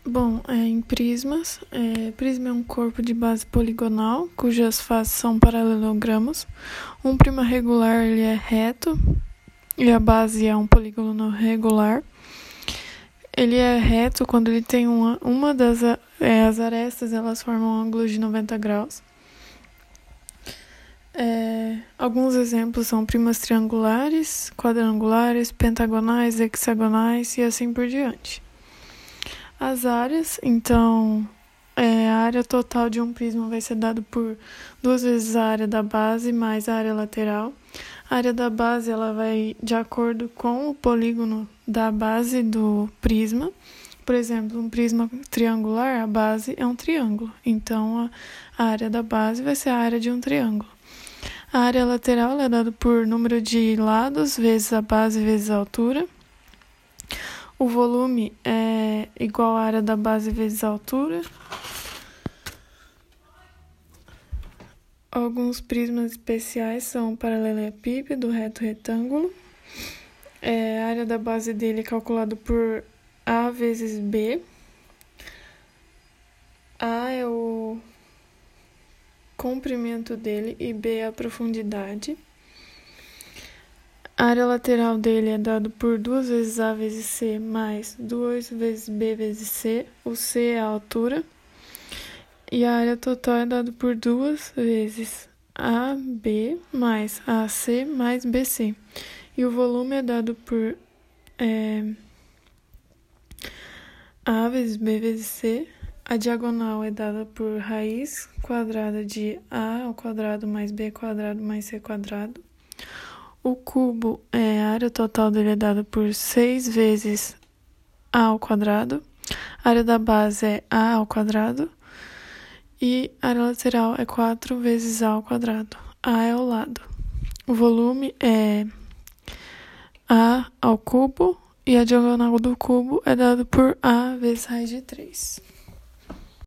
Bom, em prismas, prisma é um corpo de base poligonal, cujas faces são paralelogramos. Um prisma regular ele é reto e a base é um polígono regular. Ele é reto quando ele tem uma das as arestas, elas formam um ângulo de 90 graus. Alguns exemplos são prismas triangulares, quadrangulares, pentagonais, hexagonais e assim por diante. As áreas, então, a área total de um prisma vai ser dada por 2 vezes a área da base mais a área lateral. A área da base ela vai de acordo com o polígono da base do prisma. Por exemplo, um prisma triangular, a base é um triângulo. Então, a área da base vai ser a área de um triângulo. A área lateral é dada por número de lados vezes a base vezes a altura. O volume é igual à área da base vezes a altura. Alguns prismas especiais são o paralelepípedo, reto, retângulo. A área da base dele é calculada por A vezes B. A é o comprimento dele e B é a profundidade. A área lateral dele é dada por 2 vezes A vezes C mais 2 vezes B vezes C. O C é a altura. E a área total é dada por 2 vezes AB mais AC mais BC. E o volume é dado por A vezes B vezes C. A diagonal é dada por raiz quadrada de A ao quadrado mais B quadrado mais C quadrado. O cubo, a área total dele é dada por 6 vezes A ao quadrado. A área da base é A ao quadrado. E a área lateral é 4 vezes A ao quadrado. A é o lado. O volume é A ao cubo. E a diagonal do cubo é dado por A vezes raiz de 3.